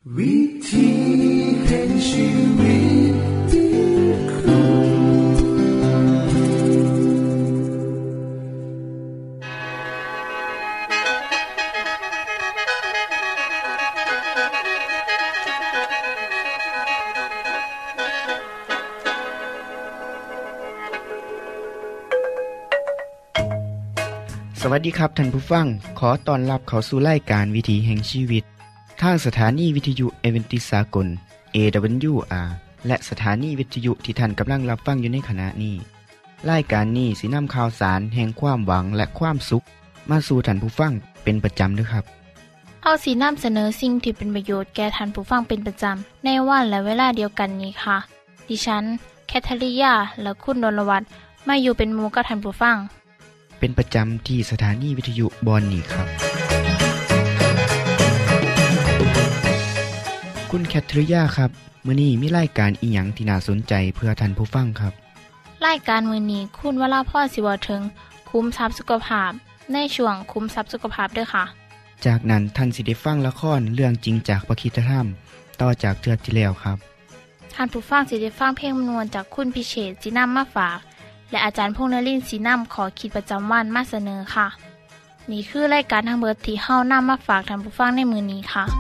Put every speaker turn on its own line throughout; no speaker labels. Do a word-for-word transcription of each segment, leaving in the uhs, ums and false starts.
วิธีแห่งชีวิตที่คุณ
สวัสดีครับท่านผู้ฟังขอต้อนรับเข้าสู่รายการวิถีแห่งชีวิตทางสถานีวิทยุเอเวนติสากล เอ ดับเบิลยู อาร์ และสถานีวิทยุที่ท่านกำลังรับฟังอยู่ในขณะนี้รายการนี้สินำข่าวสารแห่งความหวังและความสุขมาสู่ท่านผู้ฟังเป็นประจำด้วยครับ
เอาสีนำเสนอสิ่งที่เป็นประโยชน์แก่ท่านผู้ฟังเป็นประจำในวันและเวลาเดียวกันนี้ค่ะดิฉันแคทริยาและคุณดลวัฒน์มาอยู่เป็นหมู่กับท่านผู้ฟัง
เป็นประจำที่สถานีวิทยุบอนนี่ครับคุณแคทริยาครับมื้อนี้มีรายการอีหยังที่น่าสนใจเพื่อท่านผู้ฟังครับ
รายการมื้อนี้คุณวราพรสิเว้าถึงคุ้มทรัพย์สุขภาพในช่วงคุ้มทรัพย์สุขภาพด้วยค่ะ
จากนั้นท่านสิได้ฟังละครเรื่องจริงจากประคีตธรรมต่อจากเทื่อที่แล้วครับ
ท่านผู้ฟังสิได้ฟังเพลงมนวนจากคุณพิเชษฐ์สินำมาฝากและอาจารย์พงษ์นฤมลศรีนำขอคิดประจำวันมาเสนอค่ะนี่คือรายการทั้งเบิดที่เฮานำมาฝากท่านผู้ฟังในมื้อนี้ค่ะ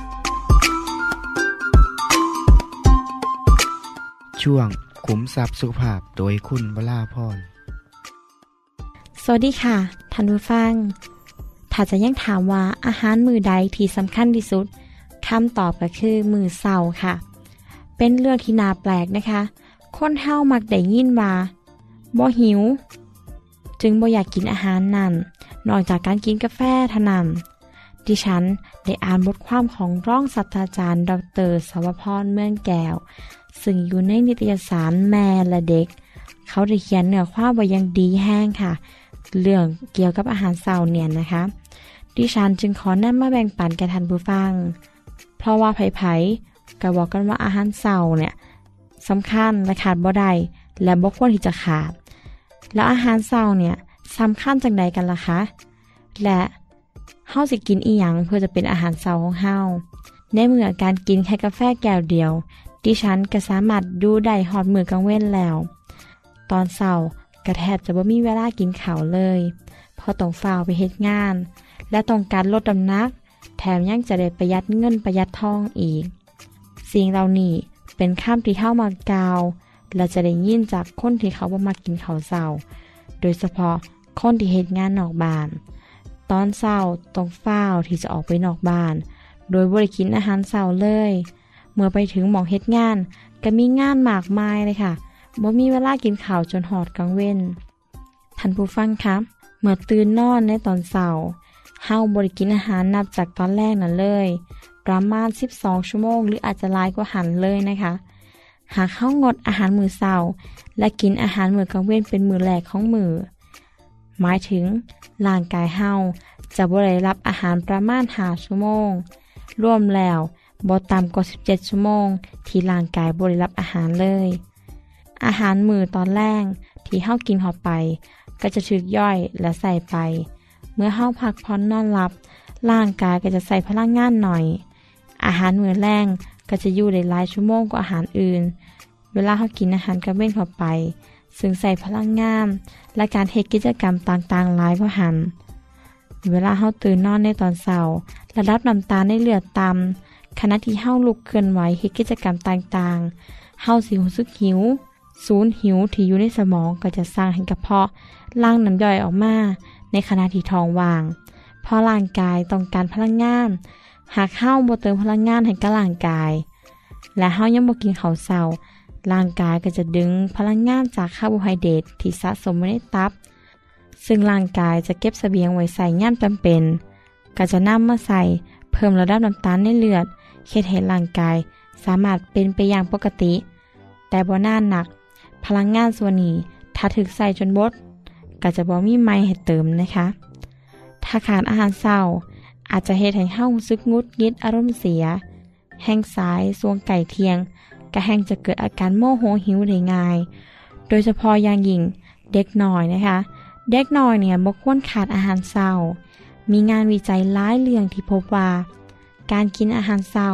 ช่วงขุมทรัพย์สุขภาพโดยคุณวราพร
สวัสดีค่ะท่านผู้ฟังถ้าจะยังถามว่าอาหารมื้อใดที่สำคัญที่สุดคำตอบก็คือมื้อเช้าค่ะเป็นเรื่องที่น่าแปลกนะคะคนเฮามักได้ยินว่าบ่หิวจึงบ่อยากกินอาหารนั่นนอกจากการกินกาแฟเท่านั้นดิฉันได้อ่านบทความของรองศาสตราจารย์ดร.สวพรเมืองแก้วซึ่งอยู่ในนิตยสารแม่และเด็กเขาได้เขียนเนื้อความไว้อย่างดีแห้งค่ะเรื่องเกี่ยวกับอาหารเช้าเนี่ยนะคะดิฉันจึงขอนำมาแบ่งปันแก่ท่านผู้ฟังเพราะว่าไผๆก็บอกกันว่าอาหารเช้าเนี่ยสำคัญและขาดบ่ได้และบ่ควรที่จะขาดแล้วอาหารเช้าเนี่ยสำคัญจังใดกันล่ะคะและเฮาสิกินอีหยังเพื่อจะเป็นอาหารเช้าของเฮาในเมื่อการกินแค่กาแฟแก้วเดียวดิฉันก็สามารถดูได้ฮอดมื้อกลางเว้นแล้วตอนเช้าก็แทบจะบ่มีเวลากินข้าวเลยเพราะต้องฟ้าวไปเฮ็ดงานและต้องการลดน้ำหนักแถมยังจะได้ประหยัดเงินประหยัดทองอีกสิ่งเหล่านี้เป็นคำที่เฮามากล่าวและจะได้ยินจากคนที่เขาบ่มักกินข้าวเช้าโดยเฉพาะคนที่เฮ็ดงานนอกบ้านตอนเช้าต้องฟ้าวที่จะออกไปนอกบ้านโดยบ่ได้กินอาหารเช้าเลยเมื่อไปถึงหม้องเฮ็ดงานก็มีงานมากมายเลยค่ะบ่มีเวลากินข้าวจนหอดกลางเว้นท่านผู้ฟังครับเมื่อตื่นนอนในตอนเช้าเฮาบ่ได้กินอาหารนับจากตอนแรกนั้นเลยประมาณสิบสองชั่วโมงหรืออาจจะหลายกว่าหันเลยนะคะหากเฮางดอาหารมื้อเช้าและกินอาหารมื้อกลางเว้นเป็นมื้อแรกของมื้อหมายถึงร่างกายเฮาจะบ่ได้รับอาหารประมาณห้าชั่วโมงรวมแล้วบ่ต่ำกว่าสิบเจ็ดชั่วโมงที่ร่างกายบ่ได้รับอาหารเลยอาหารมื้อตอนแรกที่เฮากินเข้าไปก็จะถูกย่อยและใส่ไปเมื่อเฮาพักผ่อนนอนหลับร่างกายก็จะใส่พลังงานหน่อยอาหารมื้อแลงก็จะอยู่ได้หลายชั่วโมงกว่าอาหารอื่นเวลาเฮากินอาหารกลางเว้นเข้าไปซึ่งใส่พลังงานและการเฮ็ดกิจกรรมต่างๆหลายกว่าหันเวลาเฮาตื่นนอนในตอนเช้าระดับน้ำตาลในเลือดต่ำขณะที่เฮาลุกเคลื่อนไหวเฮ็ดกิจกรรมต่างๆเฮาสิรู้สึกหิวศูนย์หิวที่อยู่ในสมองก็จะสร้างให้กระเพาะหลั่งน้ำย่อยออกมาในขณะที่ท้องว่างเพราะร่างกายต้องการพลังงานหากเฮาบ่เติมพลังงานให้กับร่างกายและเฮายังบ่กินข้าวเช้าร่างกายก็จะดึงพลังงานจากคาร์โบไฮเดรตที่สะสมไว้ในตับซึ่งร่างกายจะเก็บเสบียงไว้ใส่ยามจำเป็นก็จะนำมาใส่เพิ่มระดับน้ำตาลในเลือดเฮ็ดให้ร่างกายสามารถเป็นไปอย่างปกติแต่บ่นานนักพลังงานส่วนนี้ถ้าถูกใส่จนหมดก็จะบ่มีใหม่ให้เติมนะคะถ้าขาดอาหารเช้าอาจจะเฮ็ดให้เฮารู้สึกหงุดหงิดอารมณ์เสียแห้งสายสวงไก่เที่ยงก็แห้งจะเกิดอาการโมโหหิวได้ง่ายโดยเฉพาะอย่างยิ่งเด็กน้อยนะคะเด็กน้อยเนี่ยบ่ควรขาดอาหารเช้ามีงานวิจัยหลายเรื่องที่พบว่าการกินอาหารเช้า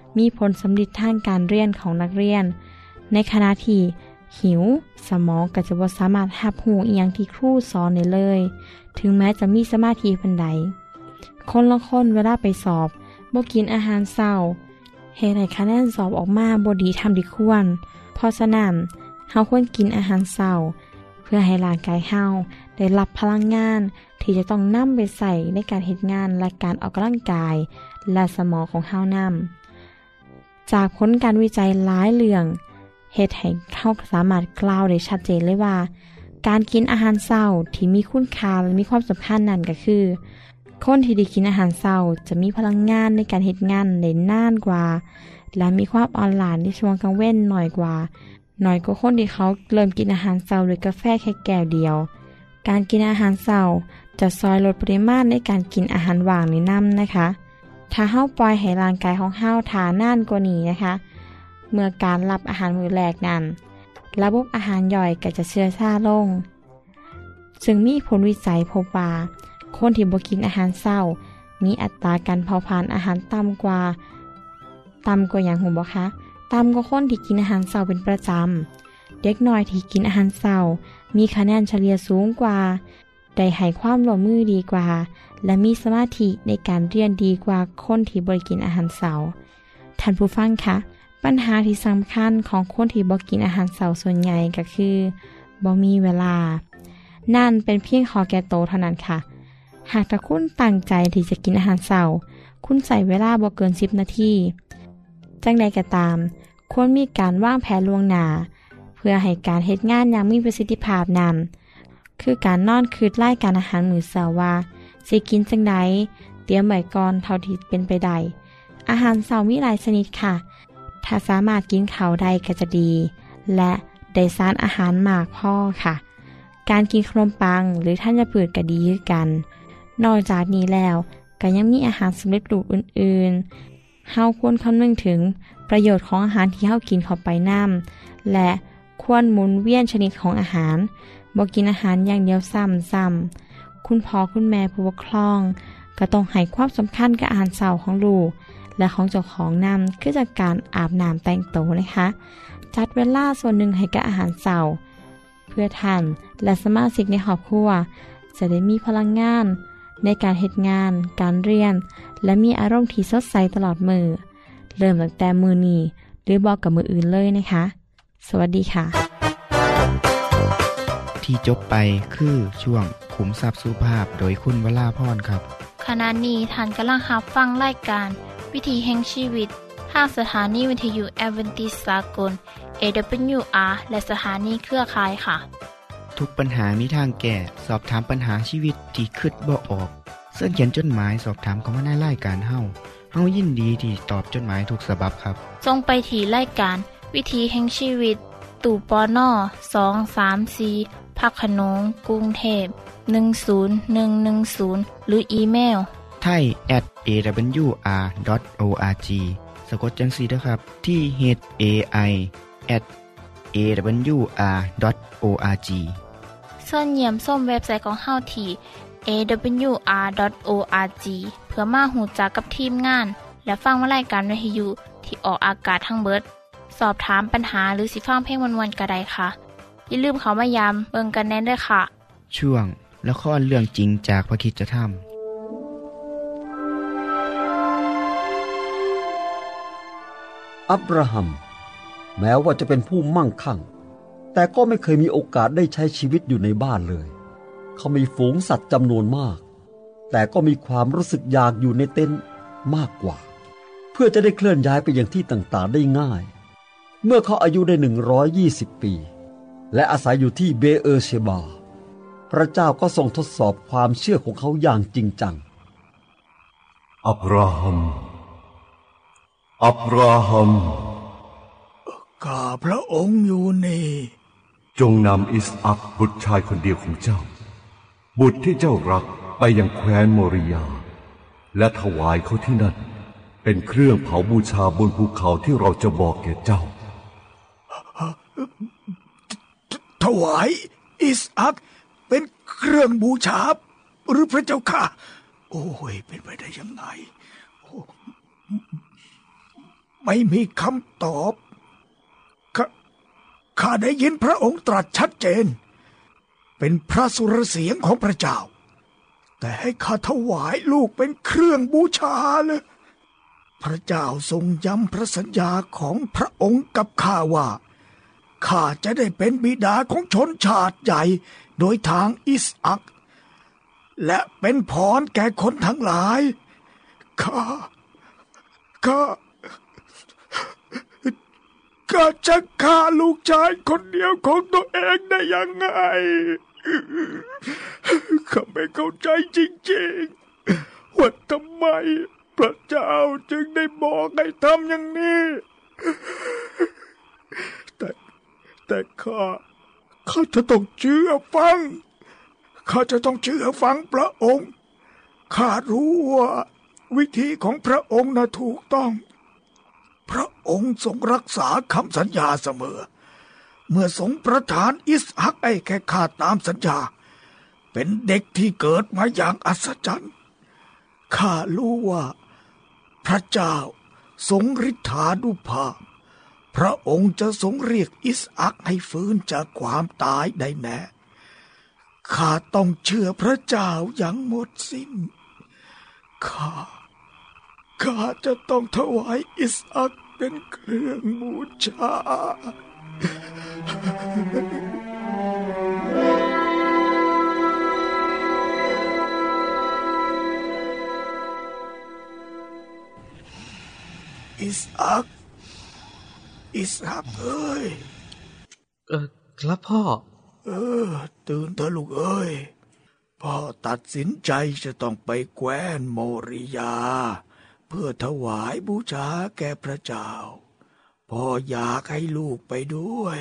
มีผลสำลิดทางการเรียนของนักเรียนในขณะที่หิวสมองก็จะบ่สามารถรับรู้อิหยังที่ครูสอนได้เลยถึงแม้จะมีสมาธิปานใดคนละคนเวลาไปสอบบ่กินอาหารเช้าเฮ็ดให้คะแนนสอบออกมาบ่ดีทำดีควรเพราะฉะนั้นเฮาควรกินอาหารเช้าเพื่อให้ร่างกายเฮาได้รับพลังงานที่จะต้องนำไปใส่ในการเฮ็ดงานและการออกกำลังกายและสมองของเฮานำจากผลการวิจัยหลายเรื่องเฮ็ดให้เฮาสามารถกล่าวได้ชัดเจนเลยว่าการกินอาหารเช้าที่มีคุณค่าและมีความสำคัญนั่นก็คือคนที่ได้กินอาหารเช้าจะมีพลังงานในการเฮ็ดงานได้นานกว่าและมีความอ่อนล้าในช่วงกลางวันน้อยกว่าน้อยกว่าคนที่เขาเริ่มกินอาหารเช้าด้วยกาแฟแค่แก้วเดียวการกินอาหารเช้าจะซอยลดปริมาณในการกินอาหารว่างในน้ำนะคะถ้าเฮาปล่อยให้ร่างกายของเฮาทานานกว่านี้นะคะเมื่อการรับอาหารมื้อแรกนั้นระบบอาหารย่อยก็จะเสื่อมช้าลงซึ่งมีผลวิจัยพบว่าคนที่บ่กินอาหารเช้ามีอัตราการเผาผลาญอาหารต่ำกว่าต่ำกว่าอย่างหูบ่คะต่ำกว่าคนที่กินอาหารเช้าเป็นประจำเด็กน้อยที่กินอาหารเช้ามีคะแนนเฉลี่ยสูงกว่าได้ให้ความร่วมมือดีกว่าและมีสมาธิในการเรียนดีกว่าคนที่บ่กินอาหารเช้าท่านผู้ฟังคะปัญหาที่สำคัญของคนที่บ่กินอาหารเช้าส่วนใหญ่ก็คือบ่มีเวลานั่นเป็นเพียงข้อแก้ตัวเท่านั้นค่ะหากถ้าคุณตั้งใจที่จะกินอาหารเช้าคุณใส่เวลาบ่เกินสิบนาทีจังใดก็ตามควรมีการวางแผนล่วงหน้าเพื่อให้การเฮ็ดงานอย่างมีประสิทธิภาพนั้นคือการนอนคืดไล่การอาหารมื้อเช้าว่าสิกินจังใดเตรียมไว้ก่อนเท่าที่เป็นไปได้อาหารเช้ามีหลายชนิดค่ะถ้าสามารถกินข้าวได้ก็จะดีและได้สารอาหารมากพอค่ะการกินขนมปังหรือธัญพืชก็ดีคือกันนอกจากนี้แล้วก็ยังมีอาหารสำเร็จรูปอื่นๆเฮาควรคำนึงถึงประโยชน์ของอาหารที่เฮากินเข้าไปนำและควรหมุนเวียนชนิดของอาหารบ่กินอาหารอย่างเดียวซ้ำๆคุณพ่อคุณแม่ผู้ปกครองก็ต้องให้ความสำคัญกับอาหารเช้าของลูกและของเจ้าของนำคือจากการอาบน้ำแต่งตัวนะคะจัดเวลาส่วนหนึ่งให้กับอาหารเช้าเพื่อท่านและสมาชิกในครอบครัวจะได้มีพลังงานในการเฮ็ดงานการเรียนและมีอารมณ์ที่สดใสตลอดมื้อเริ่มตั้งแต่มื้อนี้หรือบอกกับมื้ออื่นเลยนะคะสวัสดีค่ะ
ที่จบไปคือช่วงขุมทรัพย์สุภาพโดยคุณวราพรครับ
ขณะนี้ท่านกำลังรับฟังรายการวิถีแห่งชีวิตทางสถานีวิทยุแอดเวนทิสต์สากล เอ ดับเบิลยู อาร์ และสถานีเครือข่ายค่ะ
ทุกปัญหามีทางแก้สอบถามปัญหาชีวิตที่คิดบ่ออกเสิร์ชเขียนจดหมายสอบถามเข้ามาในรายการเฮาเฮายินดีที่ตอบจดหมายทุกฉบับครับ
ส่งไปที่รายการวิถีแห่งชีวิตตู้ปนสอง สาม สี่พักขนงกรุงเทพหนึ่งศูนย์หนึ่งหนึ่งศูนย์หรืออีเมล
ไทย แอท เอ ดับเบิลยู อาร์ ดอท โอ อาร์ จี สะกดจังซี่เด้อครับที่ เอช เอ ไอ แอท เอ ดับเบิลยู อาร์ ดอท โอ อาร์ จี
เชิญเยี่ยมชมเว็บไซต์ของเฮาที่ เอ ดับเบิลยู อาร์ ดอท โอ อาร์ จี เพื่อมาฮู้จักกับทีมงานและฟังรายการวิทยุที่ออกอากาศทั้งเบิดสอบถามปัญหาหรือสิฟังเพลงม่วนๆก็ได้ค่ะอย่าลืมเข้ามายามเบิ่งกันแน่นด้วยค่ะ
ช่วงละครเรื่องจริงจากพระคริสตธรรม
อับราฮัมแม้ว่าจะเป็นผู้มั่งคั่งแต่ก็ไม่เคยมีโอกาสได้ใช้ชีวิตอยู่ในบ้านเลยเขามีฝูงสัตว์จำนวนมากแต่ก็มีความรู้สึกอยากอยู่ในเต็นท์มากกว่าเพื่อจะได้เคลื่อนย้ายไปยังที่ต่างๆได้ง่ายเมื่อเขาอายุได้หนึ่งร้อยยี่สิบปีและอาศัยอยู่ที่เบเออเชบาพระเจ้าก็ทรงทดสอบความเชื่อของเขาอย่างจริงจัง
อับราฮัมอับราฮัม
ข้าพระองค์อยู่นี่
จงนำอิสอัคบุตรชายคนเดียวของเจ้าบุตรที่เจ้ารักไปยังแคว้นโมริยาและถวายเขาที่นั่นเป็นเครื่องเผาบูชาบนภูเขาที่เราจะบอกแก่เจ้า
ถวายอิสอัคเป็นเครื่องบูชาหรือพระเจ้าค่ะโอ้ยเป็นไปได้ยังไงไม่มีคำตอบข้าข้าได้ยินพระองค์ตรัสชัดเจนเป็นพระสุรเสียงของพระเจ้าแต่ให้ข้าถวายลูกเป็นเครื่องบูชาเลยพระเจ้าทรงย้ำพระสัญญาของพระองค์กับข้าว่าข้าจะได้เป็นบิดาของชนชาติใหญ่โดยทางอิสอัคและเป็นพรแก่คนทั้งหลายข้าข้าข้าจะฆ่าลูกชายคนเดียวของตัวเองได้ยังไงข้าไม่เข้าใจจริงๆว่าทำไมพระเจ้าจึงได้บอกให้ทำอย่างนี้แต่แต่ข้าข้าจะต้องเชื่อฟังข้าจะต้องเชื่อฟังพระองค์ข้ารู้ว่าวิธีของพระองค์น่ะถูกต้องพระองค์ทรงรักษาคำสัญญาเสมอเมื่อทรงประทานอิสอัคให้แก่ข้าตามสัญญาเป็นเด็กที่เกิดมาอย่างอัศจรรย์ข้ารู้ว่าพระเจ้าทรงฤทธานุภาพพระองค์จะทรงเรียกอิสอัคให้ฟื้นจากความตายได้แน่ข้าต้องเชื่อพระเจ้าอย่างหมดสิ้นข้าข้าจะต้องถวายอิสอัคเป็นเครื่องบูชาอิสอัคอิสอัคเอ้ย
เออครับพ่อ
เออตื่นเถอะลูกเอ้ยพ่อตัดสินใจจะต้องไปแคว้นโมริยาเพื่อถวายบูชาแก่พระเจ้าพ่ออยากให้ลูกไปด้วย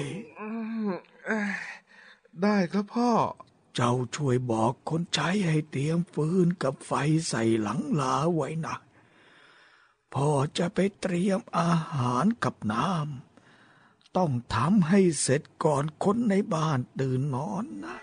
ได้ครับพ่อ
เจ้าช่วยบอกคนใช้ให้เตรียมฟืนกับไฟใส่หลังลาไว้นะพ่อจะไปเตรียมอาหารกับน้ำต้องทำให้เสร็จก่อนคนในบ้านตื่นนอนนะ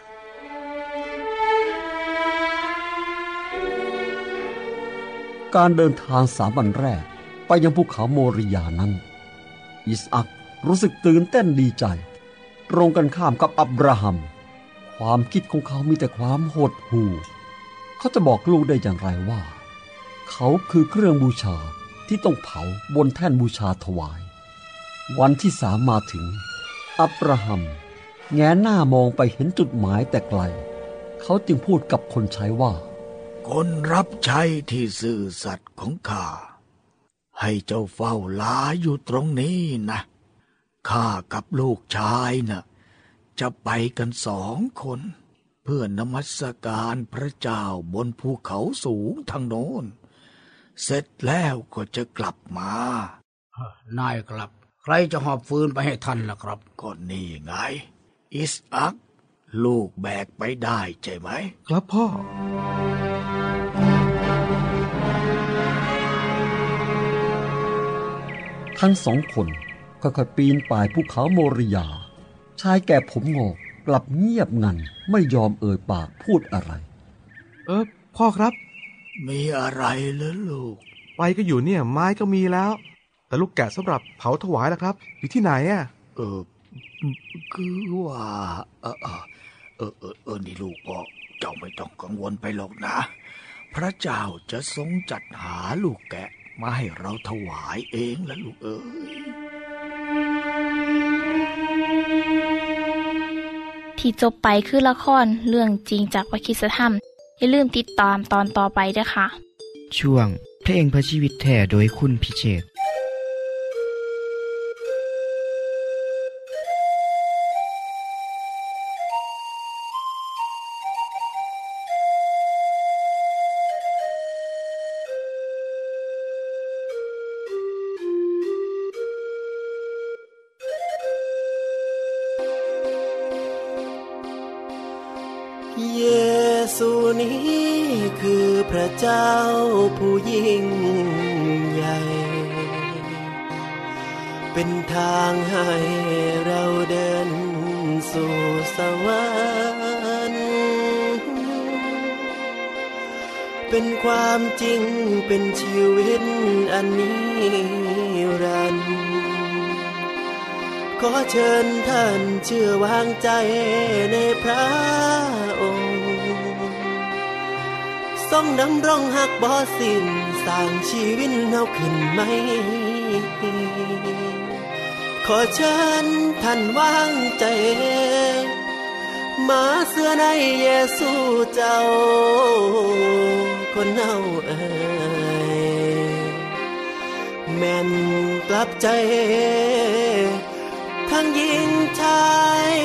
การเดินทางสามวันแรกไปยังภูเขาโมริยานั้นอิสอัครู้สึกตื่นเต้นดีใจตรงกันข้ามกับอับราฮัมความคิดของเขามีแต่ความหดหู่เขาจะบอกลูกได้อย่างไรว่าเขาคือเครื่องบูชาที่ต้องเผาบนแท่นบูชาถวายวันที่สามมาถึงอับราฮัมแงนหน้ามองไปเห็นจุดหมายแต่ไกลเขาจึงพูดกับคนใช้ว่า
คนรับใช้ที่ซื่อสัตย์ของข้าให้เจ้าเฝ้าลาอยู่ตรงนี้นะข้ากับลูกชายน่ะจะไปกันสองคนเพื่อนมัสการพระเจ้าบนภูเขาสูงทางโน้นเสร็จแล้วก็จะกลับมานายครับใครจะหอบฟืนไปให้ท่านล่ะครับก็นี่ไงอิสอัคลูกแบกไปได้ใช่ไหม
ครับพ่อ
ทั้งสองคนค่อยๆปีนป่ายภูเขาโมริยาชายแก่ผมงอกกลับเงียบงันไม่ยอมเอ่ยปากพูดอะไร
เออพ่อครับ
มีอะไรเหรอลูก
ไฟก็อยู่เนี่ยไม้ก็มีแล้วแต่ลูกแกะสำหรับเผาถวายล่ะครับอยู่ที่ไหนอ่ะ
เออคือว่าเออเออเออเออเออนี่ลูกพ่อเจ้าไม่ต้องกังวลไปหรอกนะพระเจ้าจะทรงจัดหาลูกแกะมาให้เราถวายเองละลูกเอ้ย
ที่จบไปคือละครเรื่องจริงจากพระคริสตธรรมอย่าลืมติดตามตอนต่อไปด้วยค่ะ
ช่วงเพลงพระชีวิตแท้โดยคุณพิเชษฐ์
เยซูนี้คือพระเจ้าผู้ยิ่งใหญ่เป็นทางให้เราเดินสู่สวรรค์เป็นความจริงเป็นชีวิตอันนี้รันขอเชิญท่านเชื่อวางใจในพระองค์ทรงดำรงหักบ่สิ้นสร้างชีวิตเฮาขึ้นใหม่ขอเชิญท่านวางใจมาเสื้อในเยซูเจ้าคนเฮาเอ่ยแม่นกลับใจทั้งหญิงชาย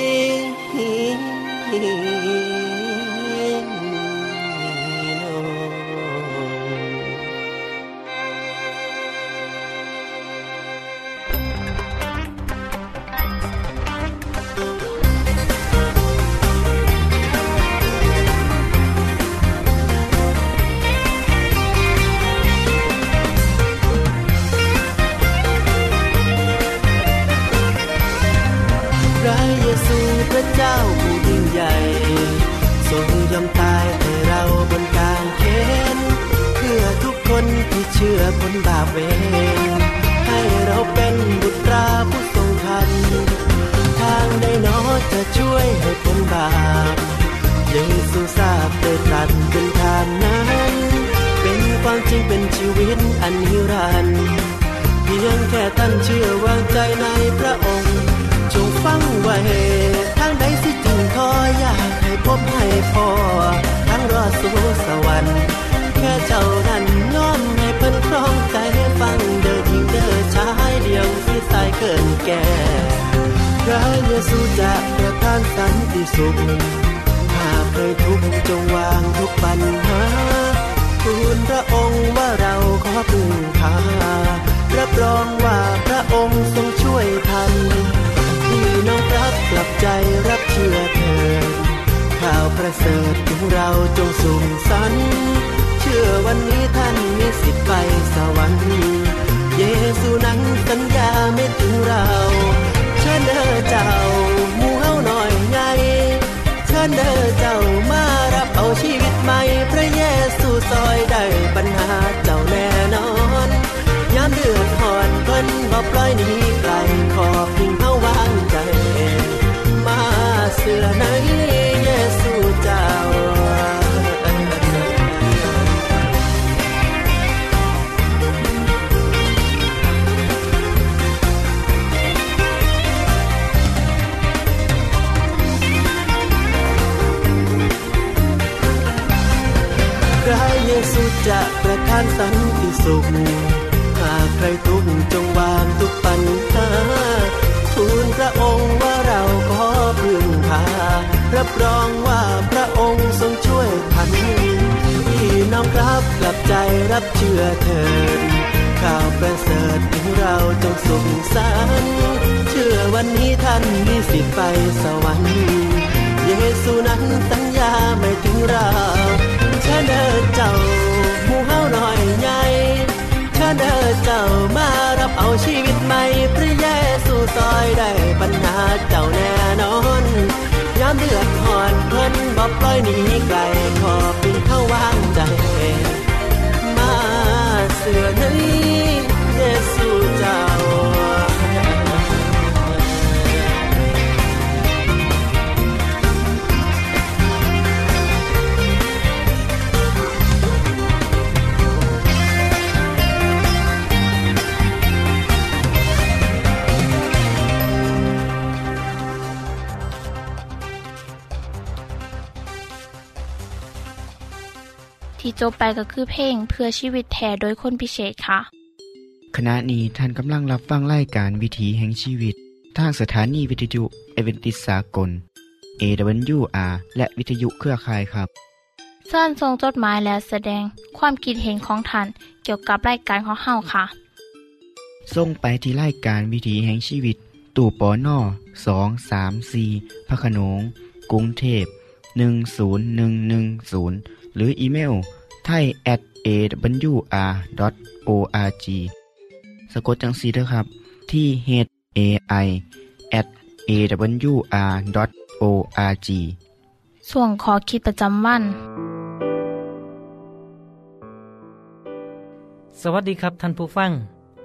พระเจ้าผู้ยิ่งใหญ่ทรงยอมตายให้เราบนกางเขนเพื่อทุกคนที่เชื่อพ้นบาปเวรให้เราเป็นบุตรราผู้ทรงธรรมทางใดหนอจะช่วยให้พ้นบาปเยซูทราบได้ตรัสเป็นทางนั้นเป็นความจริงเป็นชีวิตอันนิรันดร์เพียงแค่ท่านเชื่อวางใจในพระองค์จงฟังไว้ทางใดสิจึงขออยากให้พบให้พอทั้งรอดสู่สวรรค์แค่เจ้านั้นยอมให้เพิ่นครองใจฟังเด้อหญิงเด้อชายเดียวที่สายเกินแก่พระเยซูจะประทานสันติสุขหากเคยทุกข์จงวางทุกปัญหาทูลพระองค์ว่าเราขอพึ่งพารับรองว่าพระองค์ทรงช่วยทันพี่น้องรับกลับใจรับเชื่อเถิดข่าวประเสริฐของเราจงส่งสรรเชื่อวันนี้ท่านมีสิทธิ์ไปสวรรค์เยซูนั้นสัญญาไม่ถึงเราเชิญเด้อเจ้าหมู่เฮาหน่อยใหญ่เชิญเด้อเจ้ามารับเอาชีวิตใหม่พระเยซูซอยได้ปัญหาเจ้าแน่นอนยามเดือดร้อนเพิ่นบ่ปล่อยหนีไกลขอเพียงเฮาวางใจมาเสื้อในเยซูเจ้าพระเยซูจะประทานสันติสุขหากใครทุกข์จงวางทุกปัญหาทูลพระองค์ว่าเราขอพึ่งพารับรองว่าพระองค์ทรงช่วยทันพี่น้องครับกลับใจรับเชื่อเถิดข่าวประเสริฐของเราจงส่งสรรเชื่อวันนี้ท่านมีสิทธิ์ไปสวรรค์เยซูนั้นสัญญาไม่ถึงเราเชิญเด้อเจ้าหมู่เฮาหน่อยใหญ่เชิญเด้อเจ้ามารับเอาชีวิตใหม่พระเยซูซอยได้ปัญหาเจ้าแน่นอนยามเดือดร้อนเพิ่นบ่ปล่อยหนีไกลขอเพียงเฮาวางใจมาเสื้อในเยซูเจ้า
ที่จบไปก็คือเพลงเพื่อชีวิตแท้โดยคนพิเศษค่ะ
ขณะนี้ท่านกำลังรับฟังรายการวิถีแห่งชีวิตทางสถานีวิทยุเอเวนติสากล เอ ดับเบิลยู อาร์ และวิทยุเครือข่ายครับ
เชิญส่งจดหมายและแสดงความคิดเห็นของท่านเกี่ยวกับรายการของเฮาค่ะ
ส่งไปที่รายการวิถีแห่งชีวิตตู้ปนสอง สาม สี่พระโขนงกรุงเทพหนึ่งศูนย์หนึ่งหนึ่งศูนย์หรืออีเมล ไทย แอท เอ ดับเบิลยู อาร์ ดอท โอ อาร์ จี สะกดจังซี่เด้อครับที่ เอช เอ ไอ แอท เอ ดับเบิลยู อาร์ ดอท โอ อาร์ จี
ส่วนขอคิดประจำวัน
สวัสดีครับท่านผู้ฟัง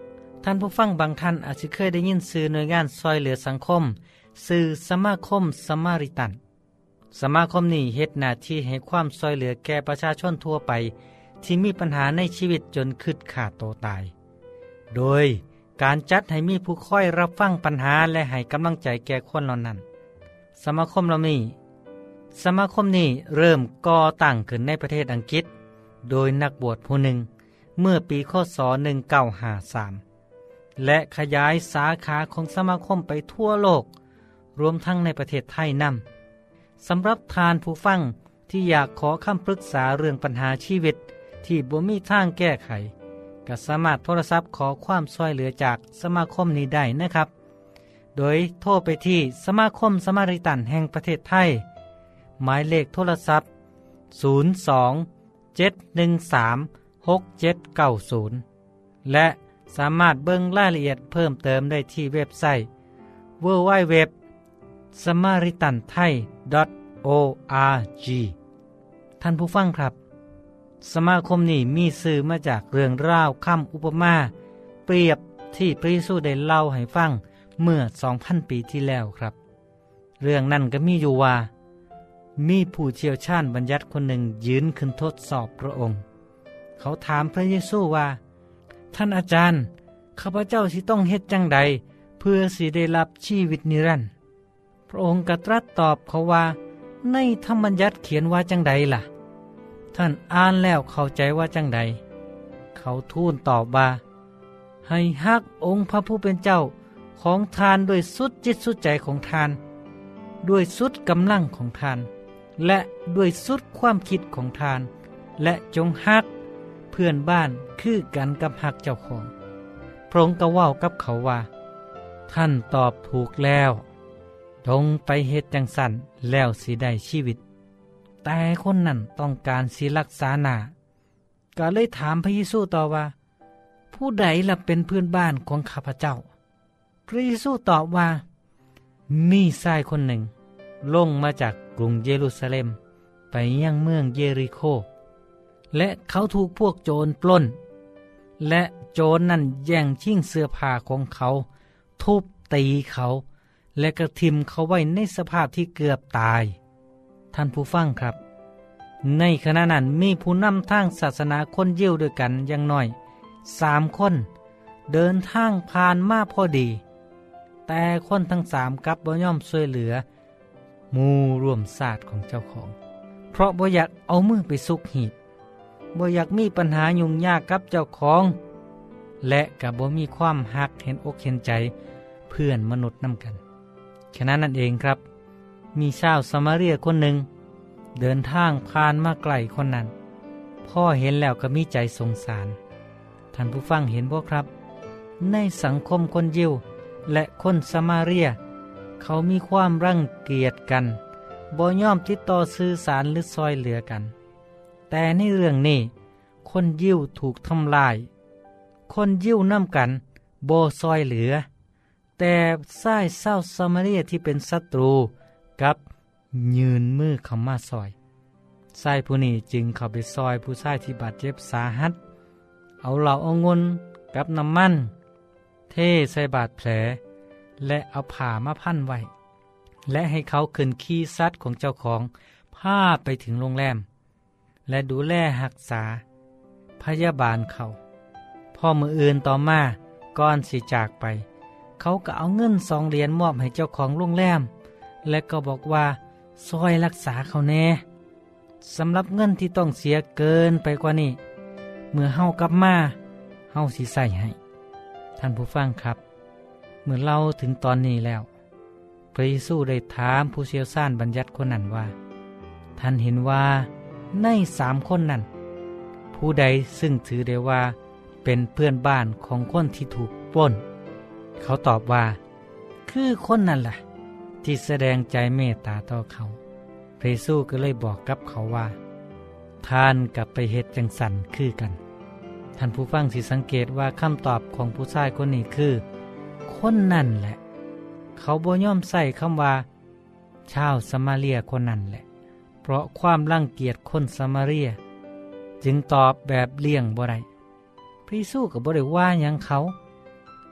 ท่านผู้ฟังบางท่านอาจจะเคยได้ยินชื่อหน่วยงานซอยเหลือสังคมชื่อสมาคมสมาริตันสมาคมนี้เฮ็ดหน้าที่ให้ความซอยเหลือแก่ประชาชนทั่วไปที่มีปัญหาในชีวิตจนคิดขาดตัวตายโดยการจัดให้มีผู้คอยรับฟังปัญหาและให้กำลังใจแก่คนเหล่านั้นสมาคมเหล่านี้สมาคมนี้เริ่มก่อตั้งขึ้นในประเทศอังกฤษโดยนักบวชผู้หนึ่งเมื่อปีคศหนึ่งเก้าห้าสามและขยายสาขาของสมาคมไปทั่วโลกรวมทั้งในประเทศไทยนำสำหรับทานผู้ฟังที่อยากขอคำปรึกษาเรื่องปัญหาชีวิตที่บ่มีทางแก้ไขก็สามารถโทรศัพท์ขอความช่วยเหลือจากสมาคมนี้ได้นะครับโดยโทรไปที่สมาคมสมาริตันแห่งประเทศไทยหมายเลขโทรศัพท์ศูนย์ สอง เจ็ด หนึ่ง สาม หก เจ็ด เก้า ศูนย์และสามารถเบิ่งรายละเอียดเพิ่มเติมได้ที่เว็บไซต์ ดับเบิลยู ดับเบิลยู ดับเบิลยู ดอท สมาริตันไทย ดอท โอ อาร์ จี ท่านผู้ฟังครับสมาคมนี้มีสื่อมาจากเรื่องราวคำอุปมาเปรียบที่พระเยซูได้เล่าให้ฟังเมื่อ สองพัน ปีที่แล้วครับเรื่องนั้นก็มีอยู่ว่ามีผู้เชี่ยวชาญบัญญัติคนหนึ่งยืนขึ้นทดสอบพระองค์เขาถามพระเยซูว่าท่านอาจารย์ข้าพเจ้าสิต้องเฮ็ดจังใดเพื่อสิได้รับชีวิตนิรันดร์พระองค์ก็ตรัสตอบเขาว่าในธรรมบัญญัติเขียนว่าจังใดล่ะท่านอ่านแล้วเข้าใจว่าจังใดเขาทูลตอบว่าให้ฮักองค์พระผู้เป็นเจ้าของทานด้วยสุดจิตสุดใจของทานด้วยสุดกำลังของทานและด้วยสุดความคิดของทานและจงฮักเพื่อนบ้านคือกันกับฮักเจ้าของพระองค์ก็เว้ากับเขาว่าท่านตอบถูกแล้วจงไปเฮ็ดจังสันแล้วสิได้ชีวิตแต่คนนั้นต้องการสิรักษาหน้าก็เลยถามพระเยซูต่อว่าผู้ใดล่ะเป็นเพื่อนบ้านของข้าพเจ้าพระเยซูตอบว่ามีชายคนหนึ่งลงมาจากกรุงเยรูซาเล็มไปยังเมืองเยริโคและเขาถูกพวกโจรปล้นและโจรนั่นแย่งชิงเสื้อผ้าของเขาทุบตีเขาและกระทิมเขาไว้ในสภาพที่เกือบตายท่านผู้ฟังครับในขณะนั้นมีผู้นำทางศาสนาคนยิวด้วยกันอย่างน้อยสามคนเดินทางผ่านมาพอดีแต่คนทั้งสามกลับบ่ยอมช่วยเหลือหมู่ร่วมศาสตร์ของเจ้าของเพราะบ่อยากเอามือไปซุกหีบบ่อยากมีปัญหายุ่งยากกับเจ้าของและก็บ่มีความฮักเห็นอกเห็นใจเพื่อนมนุษย์นำกันฉะนั้นนั่นเองครับมีชาวสมาเรียคนหนึ่งเดินทางผ่านมาไกลคนนั้นพ่อเห็นแล้วก็มีใจสงสารท่านผู้ฟังเห็นบ่ครับในสังคมคนยิวและคนสมาเรียเขามีความรังเกียจกันบ่ยอมติดต่อสื่อสารหรือซอยเหลือกันแต่ในเรื่องนี้คนยิวถูกทำลายคนยิวนำกันบ่ซอยเหลือแต่ชายชาวสมาเรียที่เป็นศัตรูกับยืนมือเข้ามาซอยชายผู้นี้จึงเข้าไปซอยผู้ชายที่บาดเจ็บสาหัสเอาเหล้าองุ่นกับน้ำมันเทใส่บาดแผลและเอาผ้ามาพันไว้และให้เขาขึ้นขี่สัตว์ของเจ้าของพาไปถึงโรงแรมและดูแลรักษาพยาบาลเขาพ่อมืออื่นต่อมาก่อนสิจากไปเขาก็เอาเงินสองเหรียญมอบให้เจ้าของโรงแรมและก็บอกว่าซอยรักษาเขาแน่สำหรับเงินที่ต้องเสียเกินไปกว่านี้เมื่อเฮากลับมาเฮาสิใส่ให้ท่านผู้ฟังครับเมื่อเราถึงตอนนี้แล้วพระเยซูได้ถามผู้เชี่ยวชาญบัญญัติคนนั้นว่าท่านเห็นว่าในสามคนนั้นผู้ใดซึ่งถือได้ว่าเป็นเพื่อนบ้านของคนที่ถูกปล้นเขาตอบว่าคือคนนั่นแหละที่แสดงใจเมตตาต่อเขาพระเยซูก็เลยบอกกับเขาว่าท่านกับไปเฮ็ดจังสันคือกันท่านผู้ฟังสิสังเกตว่าคำตอบของผู้ชายคนนี้คือคนนั่นแหละเขาบ่ยอมใส่คำว่าชาวสมาเรียคนนั่นแหละเพราะความรังเกียจคนสมาเรียจึงตอบแบบเลี่ยงบ่ได้พระเยซูก็บ่ได้ว่าหยังเขา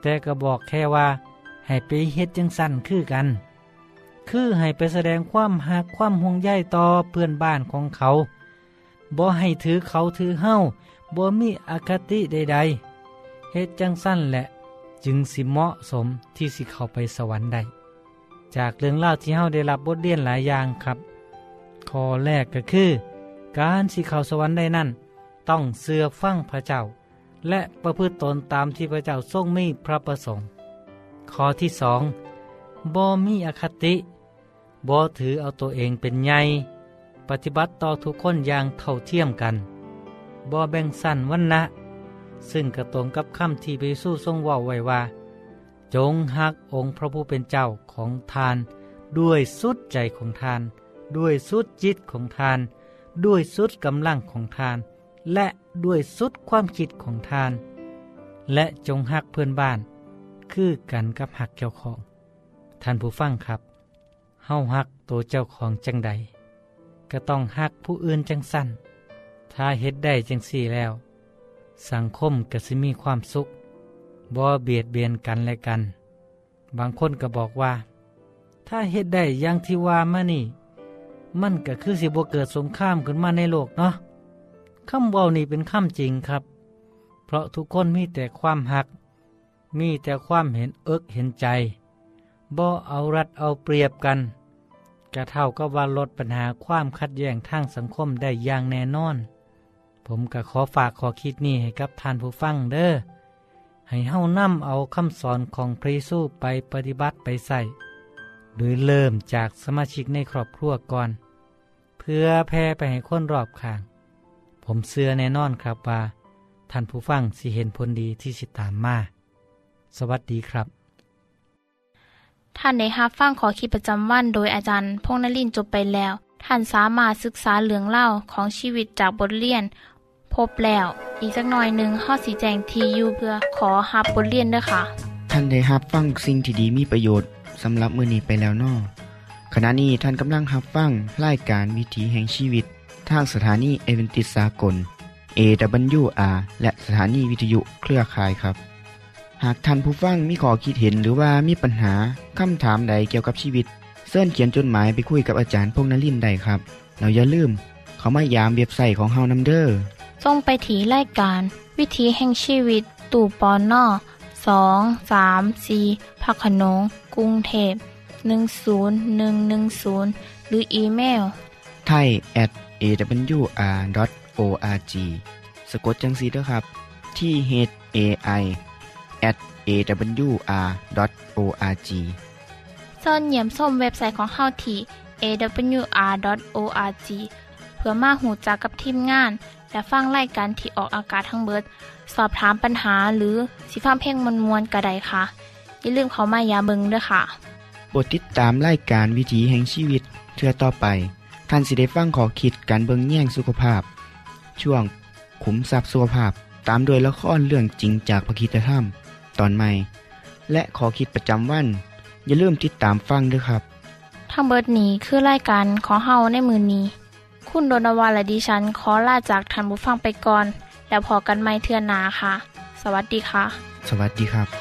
แต่ก็บอกแค่ว่าให้ไปเฮ็ดจังสั่นคือกันคือให้ไปแสดงความหักความห่วงใยต่อเพื่อนบ้านของเขาบ่ให้ถือเขาถือเฮาบ่มีอคติใดๆเฮ็ดจังสั่นแหละจึงสิเหมาะสมที่สิเข้าไปสวรรค์ได้จากเรื่องเล่าที่เฮาได้รับบทเรียนหลายอย่างครับข้อแรกก็คือการสิเข้าสวรรค์ได้นั้นต้องเชื่อฟังพระเจ้าและประพฤติตนตามที่พระเจ้าทรงมีพระประสงค์ข้อที่สองบ่มีอคติบ่ถือเอาตัวเองเป็นใหญ่ปฏิบัติต่อทุกคนอย่างเท่าเทียมกันบ่แบ่งสั้นวรรณะซึ่งกระตรงกับคำที่พระเยซูทรงเว้าไว้ว่าจงฮักองค์พระผู้เป็นเจ้าของทานด้วยสุดใจของทานด้วยสุดจิตของทานด้วยสุดกำลังของทานและด้วยสุดความคิดของทานและจงฮักเพื่อนบ้านคือกันกับฮักเจ้าของท่านผู้ฟังครับเฮาฮักตัวเจ้าของจังใดก็ต้องฮักผู้อื่นจังสั้นถ้าเฮ็ดได้จังสี่แล้วสังคมก็สิมีความสุขบ่เบียดเบียนกันและกันบางคนก็บอกว่าถ้าเฮ็ดได้อย่างที่ว่ามานี่มันก็คือสิบ่เกิดสงครามขึ้นมาในโลกเนาะคำเว้านี่เป็นคำจริงครับเพราะทุกคนมีแต่ความหักมีแต่ความเห็นเอิกเห็นใจบ่เอารัดเอาเปรียบกันก็เท่ากับว่าลดปัญหาความขัดแย้งทางสังคมได้อย่างแน่นอนผมก็ขอฝากขอคิดนี้ให้กับท่านผู้ฟังเด้อให้เฮานำเอาคำสอนของพระเยซูไปปฏิบัติไปใส่โดยเริ่มจากสมาชิกในครอบครัวก่อนเพื่อแพร่ไปให้คนรอบข้างผมเชื่อแน่นอนครับว่าท่านผู้ฟังสิเห็นผลดีที่สิตามมาสวัสดีครับ
ท่านได้รับฟังขอคิดประจำวันโดยอาจารย์พงษ์นฤมย์จบไปแล้วท่านสามารถศึกษาเรื่องเล่าของชีวิตจากบทเรียนพบแล้วอีกสักหน่อยหนึ่งข้อสีแจงทีอยู่เพื่อขอรับบทเรียนด้วยค่ะ
ท่านได้รับฟังสิ่งที่ดีมีประโยชน์สำหรับมื้อนี้ไปแล้วน้อขณะนี้ท่านกำลังรับฟังรายการวิถีแห่งชีวิตทางสถานีเอเวนติสากล เอ ดับเบิลยู อาร์ และสถานีวิทยุเครือข่ายครับหากท่านผู้ฟังมีข้อคิดเห็นหรือว่ามีปัญหาคำถามใดเกี่ยวกับชีวิตเชิญเขียนจดหมายไปคุยกับอาจารย์พงษ์นฤมย์ได้ครับแล้วอย่าลืมเข้ามายามเว็บไซต์ของเฮานำเด้อ
ส่งไปที่รายการวิถีแห่งชีวิตตู่ปนสอง สาม สี่พักขนงกรุงเทพหนึ่ง ศูนย์ หนึ่ง หนึ่ง ศูนย์หรืออีเมล
ไทย แอท เอ ดับเบิลยู อาร์ ดอท โอ อาร์ จี สะกดจังซี่เด้อครับที่ เอช เอ ไอ แอท เอ ดับเบิลยู อาร์ ดอท โอ อาร์ จี
เชิญเยี่ยมชมเว็บไซต์ของเฮาที่ เอ ดับเบิลยู อาร์ ดอท โอ อาร์ จี เพื่อมาหูจักกับทีมงานและฟังรายการที่ออกอากาศทั้งเบิดสอบถามปัญหาหรือสิฟังเพลงมวลๆก็ได้ค่ะอย่าลืมเข้ามายาเบิงด้วยค่ะ
โปรดติดตามรายการวิถีแห่งชีวิตเทื่อต่อไปท่านสิได้ฟังขอคิดการเบิงแย่งสุขภาพช่วงขุมทรัพย์สุขภาพตามโดยละครเรื่องจริงจากพระคริสตธรรมตอนใหม่และขอคิดประจำวันอย่าลืมติดตามฟังด้วยครับ
ทั้งเบิดนี้คือรายการของเฮาในมือนี้คุณโดนวาและดิฉันขอลาจากท่านผู้ฟังไปก่อนแล้วพอกันใหม่เทื่อหน้าค่ะสวัสดีค่ะ
สวัสดีครับ